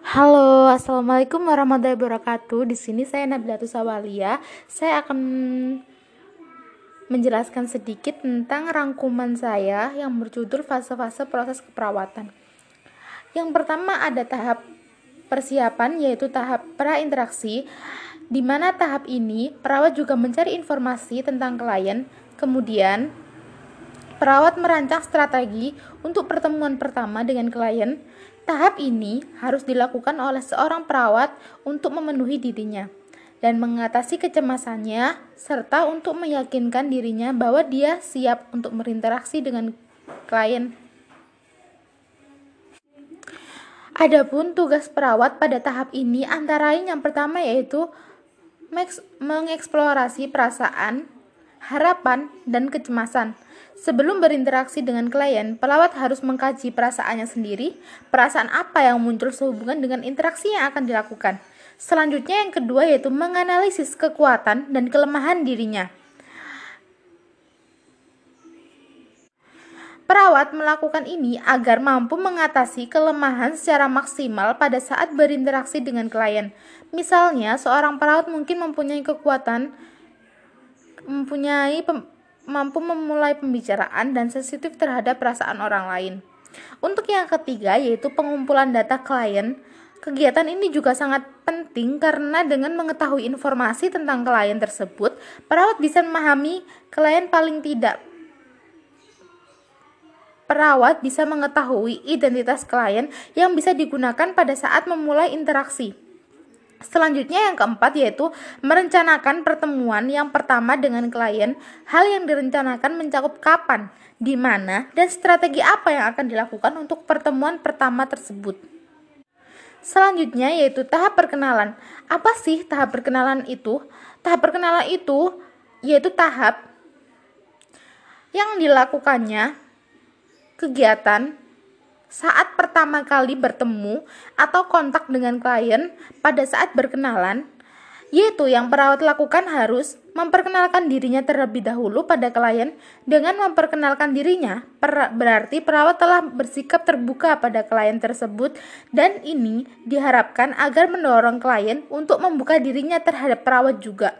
Halo, assalamualaikum warahmatullahi wabarakatuh. Di sini saya Nabilatul Sawalia. Saya akan menjelaskan sedikit tentang rangkuman saya yang berjudul fase-fase proses keperawatan. Yang pertama ada tahap persiapan, yaitu tahap prainteraksi, di mana tahap ini perawat juga mencari informasi tentang klien. Kemudian perawat merancang strategi untuk pertemuan pertama dengan klien. Tahap ini harus dilakukan oleh seorang perawat untuk memenuhi dirinya dan mengatasi kecemasannya, serta untuk meyakinkan dirinya bahwa dia siap untuk berinteraksi dengan klien. Adapun tugas perawat pada tahap ini antara lain yang pertama yaitu mengeksplorasi perasaan, harapan, dan kecemasan. Sebelum berinteraksi dengan klien, perawat harus mengkaji perasaannya sendiri, perasaan apa yang muncul sehubungan dengan interaksi yang akan dilakukan. Selanjutnya yang kedua yaitu menganalisis kekuatan dan kelemahan dirinya. Perawat melakukan ini agar mampu mengatasi kelemahan secara maksimal pada saat berinteraksi dengan klien. Misalnya, seorang perawat mungkin mampu memulai pembicaraan dan sensitif terhadap perasaan orang lain. Untuk yang ketiga yaitu pengumpulan data klien. Kegiatan ini juga sangat penting karena dengan mengetahui informasi tentang klien tersebut, perawat bisa memahami klien paling tidak. Perawat bisa mengetahui identitas klien yang bisa digunakan pada saat memulai interaksi. Selanjutnya yang keempat yaitu merencanakan pertemuan yang pertama dengan klien. Hal yang direncanakan mencakup kapan, di mana, dan strategi apa yang akan dilakukan untuk pertemuan pertama tersebut. Selanjutnya yaitu tahap perkenalan. Apa sih tahap perkenalan itu? Tahap perkenalan itu yaitu tahap yang dilakukannya kegiatan saat pertama kali bertemu atau kontak dengan klien pada saat berkenalan, yaitu yang perawat lakukan harus memperkenalkan dirinya terlebih dahulu pada klien. Dengan memperkenalkan dirinya, berarti perawat telah bersikap terbuka pada klien tersebut, dan ini diharapkan agar mendorong klien untuk membuka dirinya terhadap perawat juga.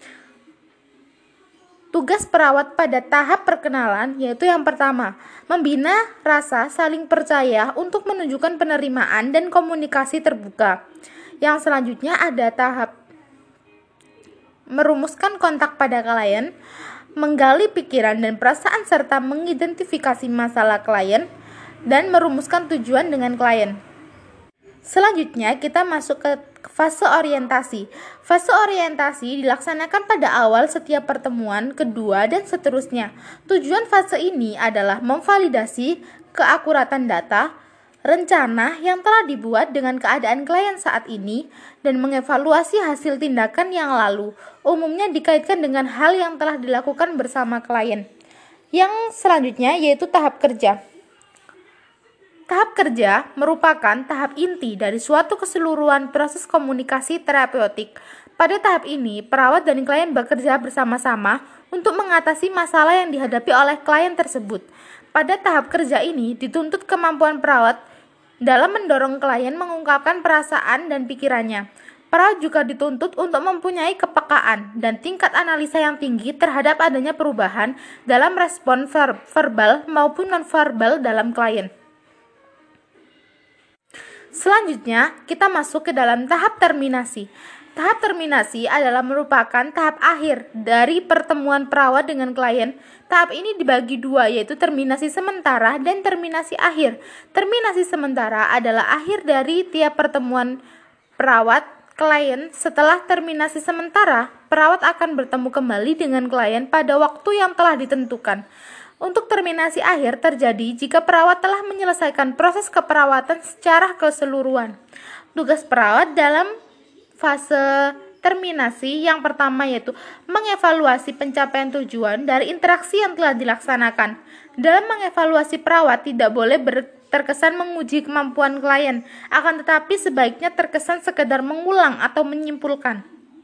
Tugas perawat pada tahap perkenalan yaitu yang pertama, membina rasa saling percaya untuk menunjukkan penerimaan dan komunikasi terbuka. Yang selanjutnya ada tahap merumuskan kontak pada klien, menggali pikiran dan perasaan serta mengidentifikasi masalah klien, dan merumuskan tujuan dengan klien. Selanjutnya kita masuk ke fase orientasi. Fase orientasi dilaksanakan pada awal setiap pertemuan, kedua, dan seterusnya. Tujuan fase ini adalah memvalidasi keakuratan data, rencana yang telah dibuat dengan keadaan klien saat ini, dan mengevaluasi hasil tindakan yang lalu. Umumnya dikaitkan dengan hal yang telah dilakukan bersama klien. Yang selanjutnya yaitu tahap kerja. Tahap kerja merupakan tahap inti dari suatu keseluruhan proses komunikasi terapeutik. Pada tahap ini, perawat dan klien bekerja bersama-sama untuk mengatasi masalah yang dihadapi oleh klien tersebut. Pada tahap kerja ini, dituntut kemampuan perawat dalam mendorong klien mengungkapkan perasaan dan pikirannya. Perawat juga dituntut untuk mempunyai kepekaan dan tingkat analisa yang tinggi terhadap adanya perubahan dalam respon verbal maupun nonverbal dalam klien. Selanjutnya, kita masuk ke dalam tahap terminasi. Tahap terminasi adalah merupakan tahap akhir dari pertemuan perawat dengan klien. Tahap ini dibagi dua, yaitu terminasi sementara dan terminasi akhir. Terminasi sementara adalah akhir dari tiap pertemuan perawat klien. Setelah terminasi sementara, perawat akan bertemu kembali dengan klien pada waktu yang telah ditentukan. Untuk terminasi akhir terjadi jika perawat telah menyelesaikan proses keperawatan secara keseluruhan. Tugas perawat dalam fase terminasi yang pertama yaitu mengevaluasi pencapaian tujuan dari interaksi yang telah dilaksanakan. Dalam mengevaluasi, perawat tidak boleh terkesan menguji kemampuan klien, akan tetapi sebaiknya terkesan sekedar mengulang atau menyimpulkan.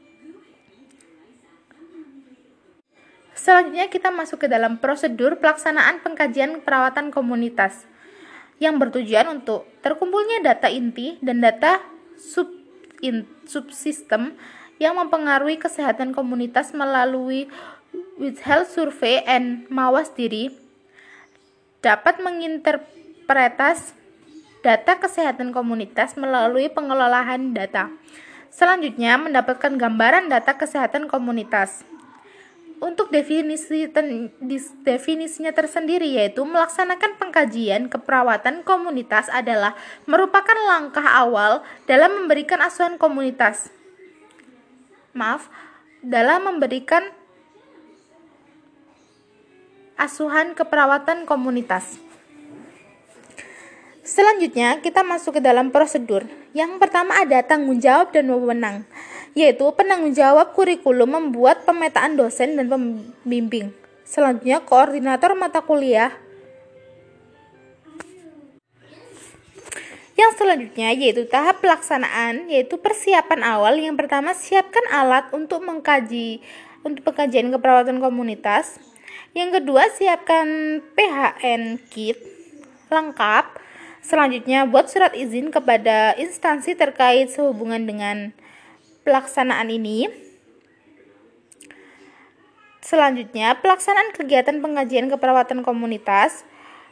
Selanjutnya kita masuk ke dalam prosedur pelaksanaan pengkajian perawatan komunitas yang bertujuan untuk terkumpulnya data inti dan data subsistem yang mempengaruhi kesehatan komunitas melalui With Health Survey and Mawas Diri dapat menginterpretasi data kesehatan komunitas melalui pengelolaan data. Selanjutnya, mendapatkan gambaran data kesehatan komunitas. Untuk definisinya tersendiri, yaitu melaksanakan pengkajian keperawatan komunitas adalah merupakan langkah awal dalam memberikan asuhan komunitas. Dalam memberikan asuhan keperawatan komunitas. Selanjutnya, kita masuk ke dalam prosedur. Yang pertama ada tanggung jawab dan wewenang, yaitu penanggung jawab kurikulum membuat pemetaan dosen dan pembimbing. Selanjutnya, koordinator mata kuliah. Yang selanjutnya yaitu tahap pelaksanaan, yaitu persiapan awal. Yang pertama, siapkan alat untuk pengkajian keperawatan komunitas. Yang kedua, siapkan PHN kit lengkap. Selanjutnya, buat surat izin kepada instansi terkait sehubungan dengan pelaksanaan ini. Selanjutnya, pelaksanaan kegiatan pengkajian keperawatan komunitas.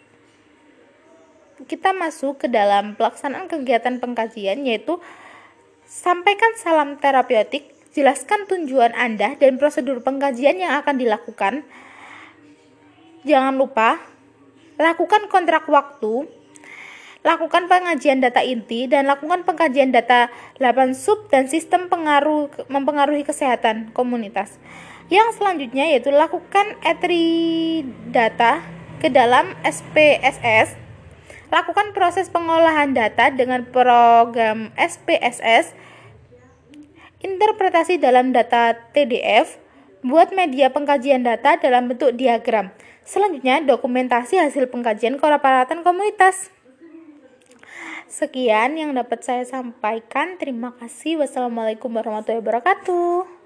Kita masuk ke dalam pelaksanaan kegiatan pengkajian, yaitu sampaikan salam terapeutik, jelaskan tujuan Anda dan prosedur pengkajian yang akan dilakukan. Jangan lupa, lakukan kontrak waktu, lakukan pengajian data inti, dan lakukan pengkajian data 8 sub dan sistem mempengaruhi kesehatan komunitas. Yang selanjutnya yaitu lakukan entry data ke dalam SPSS. Lakukan proses pengolahan data dengan program SPSS. Interpretasi dalam data TDF. Buat media pengkajian data dalam bentuk diagram. Selanjutnya, dokumentasi hasil pengkajian keperawatan komunitas. Sekian yang dapat saya sampaikan. Terima kasih. Wassalamualaikum warahmatullahi wabarakatuh.